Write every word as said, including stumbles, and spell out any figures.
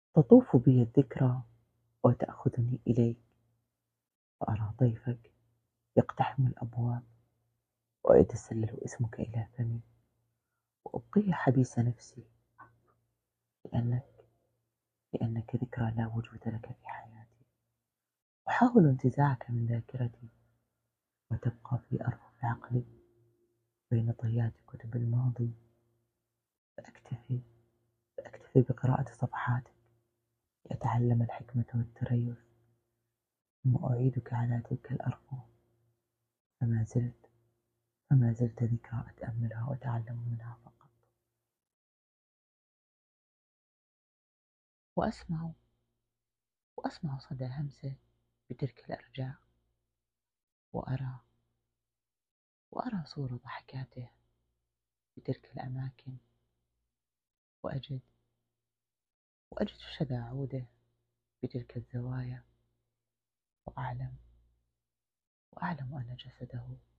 تطوف بي الذكرى وتأخذني إليك، فأرى طيفك يقتحم الأبواب ويتسلل اسمك إلى فمي، وأبقي حبيس نفسي لأنك لأنك ذكرى لا وجود لك في حياتي. أحاول انتزاعك من ذاكرتي وتبقى في أرفف عقلي بين طيات كتب الماضي، فأكتفي فأكتفي بقراءة صفحاتك لأتعلم الحكمة والتريث، ثم أعيدك على تلك الأرفف، فما زلت فما زلت ذكرى أتأملها وأتعلم منها فقط. وأسمع وأسمع صدى همسه بتلك الأرجاء، وأرى وأرى صور ضحكاته بتلك الأماكن، وأجد وأجد شذا عوده بتلك الزوايا، وأعلم وأعلم أن جسده